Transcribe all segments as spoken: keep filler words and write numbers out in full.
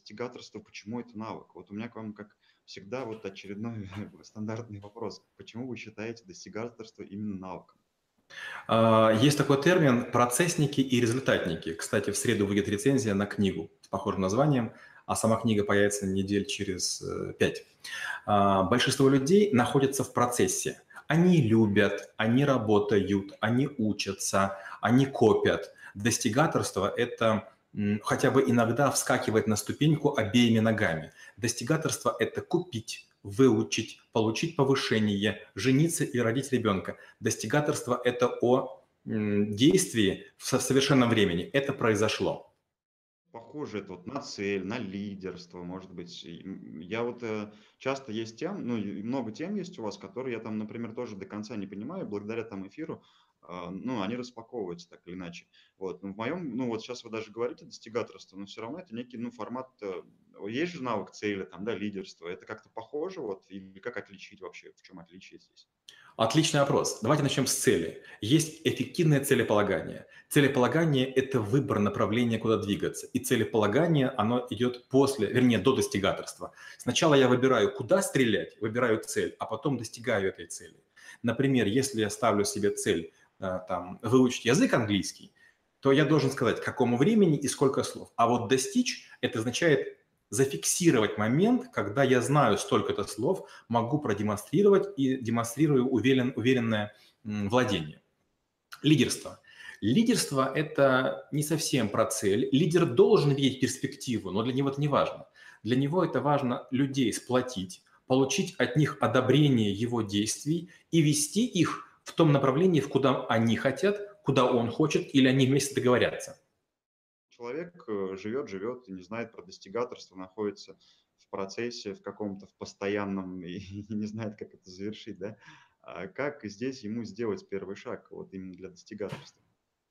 достигаторство, почему это навык? Вот у меня к вам, как всегда, вот очередной стандартный вопрос. Почему вы считаете достигаторство именно навыком? А, Есть такой термин «процессники» и «результатники». Кстати, в среду выйдет рецензия на книгу с похожим названием, а сама книга появится недель через э, пять. А, Большинство людей находятся в процессе. Они любят, они работают, они учатся, они копят. Достигаторство – это м, хотя бы иногда вскакивать на ступеньку обеими ногами. Достигаторство – это купить, выучить, получить повышение, жениться и родить ребенка. Достигаторство – это о м, действии в со- совершенном времени. Это произошло. Похоже это вот на цель, на лидерство, может быть. И, м, я вот, э, часто есть тем, ну, и много тем есть у вас, которые я там, например, тоже до конца не понимаю. Благодаря там эфиру, а, ну, они распаковываются так или иначе. Вот, но в моем, ну, вот сейчас вы даже говорите достигаторство, но все равно это некий, ну, формат, э, есть же навык цели, там, да, лидерства. Это как-то похоже, вот, или как отличить вообще, в чем отличие здесь? Отличный вопрос. Давайте начнем с цели. Есть эффективное целеполагание. Целеполагание – это выбор направления, куда двигаться. И целеполагание, оно идет после, вернее, до достигаторства. Сначала я выбираю, куда стрелять, выбираю цель, а потом достигаю этой цели. Например, если я ставлю себе цель э, там, выучить язык английский, то я должен сказать, к какому времени и сколько слов. А вот достичь – это означает зафиксировать момент, когда я знаю столько-то слов, могу продемонстрировать и демонстрирую уверен, уверенное м, владение. Лидерство. Лидерство – это не совсем про цель. Лидер должен видеть перспективу, но для него это не важно. Для него это важно людей сплотить, получить от них одобрение его действий и вести их в том направлении, в куда они хотят, куда он хочет, или они вместе договорятся. Человек э, живет, живет и не знает про достигаторство, находится в процессе, в каком-то, в постоянном и не знает, как это завершить, да? А как здесь ему сделать первый шаг вот именно для достигаторства?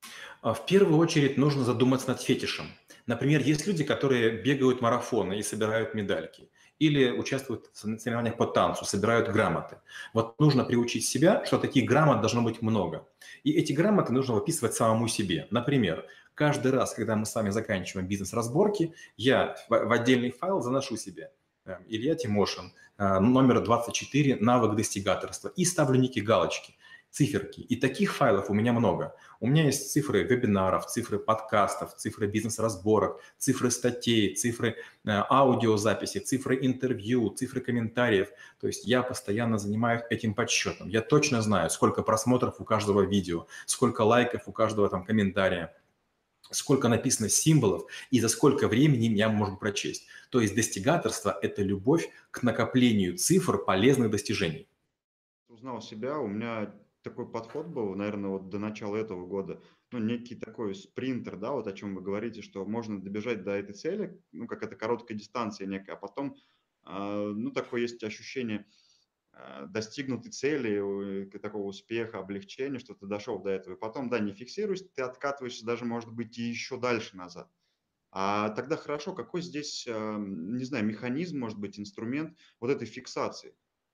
А, В первую очередь нужно задуматься над фетишем. Например, есть люди, которые бегают марафоны и собирают медальки, или участвуют в соревнованиях по танцу, собирают грамоты. Вот нужно приучить себя, что таких грамот должно быть много. И эти грамоты нужно выписывать самому себе. Например, каждый раз, когда мы с вами заканчиваем бизнес-разборки, я в в отдельный файл заношу себе э, Илья Тимошин, э, номер двадцать четыре, навык достигаторства, и ставлю некие галочки, циферки. И таких файлов у меня много. У меня есть цифры вебинаров, цифры подкастов, цифры бизнес-разборок, цифры статей, цифры э, аудиозаписи, цифры интервью, цифры комментариев. То есть я постоянно занимаюсь этим подсчетом. Я точно знаю, сколько просмотров у каждого видео, сколько лайков у каждого там комментария, сколько написано символов и за сколько времени я могу прочесть. То есть достигаторство – это любовь к накоплению цифр полезных достижений. Узнал себя, у меня такой подход был, наверное, вот до начала этого года, ну, некий такой спринтер, да, вот о чем вы говорите, что можно добежать до этой цели, ну, как это короткая дистанция некая, а потом, а, ну, такое есть ощущение а, достигнутой цели, э, к- такого успеха, облегчения, что ты дошел до этого. И потом, да, не фиксируешься, ты откатываешься даже, может быть, и еще дальше назад. А тогда хорошо, какой здесь, а, не знаю, механизм, может быть, инструмент вот этой фиксации?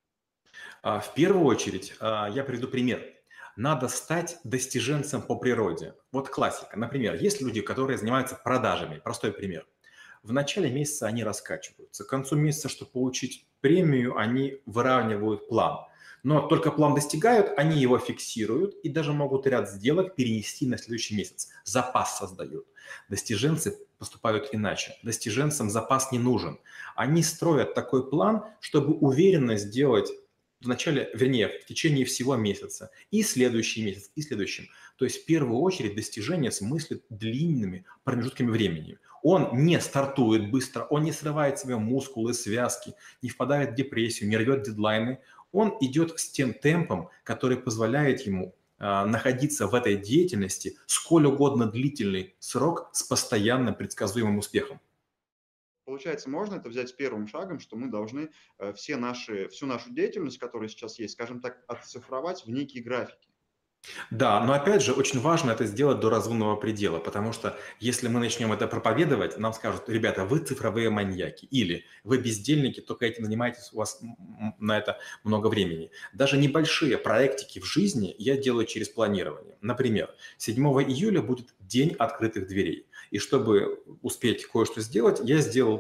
А, В первую очередь, а, я приведу пример. Надо стать достиженцем по природе. Вот классика. Например, есть люди, которые занимаются продажами. Простой пример. В начале месяца они раскачиваются. К концу месяца, чтобы получить премию, они выравнивают план. Но только план достигают, они его фиксируют и даже могут ряд сделок перенести на следующий месяц. Запас создают. Достиженцы поступают иначе. Достиженцам запас не нужен. Они строят такой план, чтобы уверенно сделать в начале, вернее, в течение всего месяца, и следующий месяц, и следующим. То есть в первую очередь достижение смыслит длинными промежутками времени. Он не стартует быстро, он не срывает себе мускулы, связки, не впадает в депрессию, не рвет дедлайны. Он идет с тем темпом, который позволяет ему а, находиться в этой деятельности сколь угодно длительный срок с постоянным предсказуемым успехом. Получается, можно это взять первым шагом, что мы должны э, все наши, всю нашу деятельность, которая сейчас есть, скажем так, оцифровать в некие графики. Да, но опять же, очень важно это сделать до разумного предела, потому что если мы начнем это проповедовать, нам скажут: ребята, вы цифровые маньяки, или вы бездельники, только этим занимаетесь, у вас м, на это много времени. Даже небольшие проектики в жизни я делаю через планирование. Например, седьмого июля будет день открытых дверей, и чтобы успеть кое-что сделать, я сделал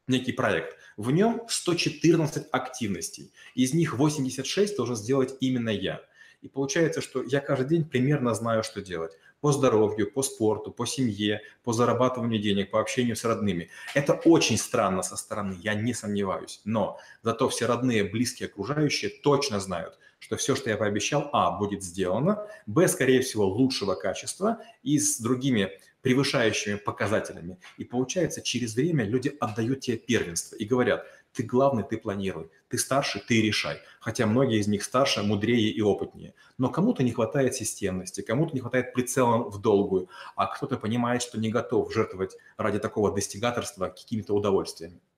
некий проект. В нем сто четырнадцать активностей. Из них восемьдесят шесть должен сделать именно я. И получается, что я каждый день примерно знаю, что делать. По здоровью, по спорту, по семье, по зарабатыванию денег, по общению с родными. Это очень странно со стороны, я не сомневаюсь. Но зато все родные, близкие, окружающие точно знают, что все, что я пообещал, а, будет сделано, б, скорее всего, лучшего качества и с другими превышающими показателями. И получается, через время люди отдают тебе первенство и говорят: ты главный, ты планируй, ты старше, ты решай. Хотя многие из них старше, мудрее и опытнее. Но кому-то не хватает системности, кому-то не хватает прицела в долгую, а кто-то понимает, что не готов жертвовать ради такого достигаторства какими-то удовольствиями.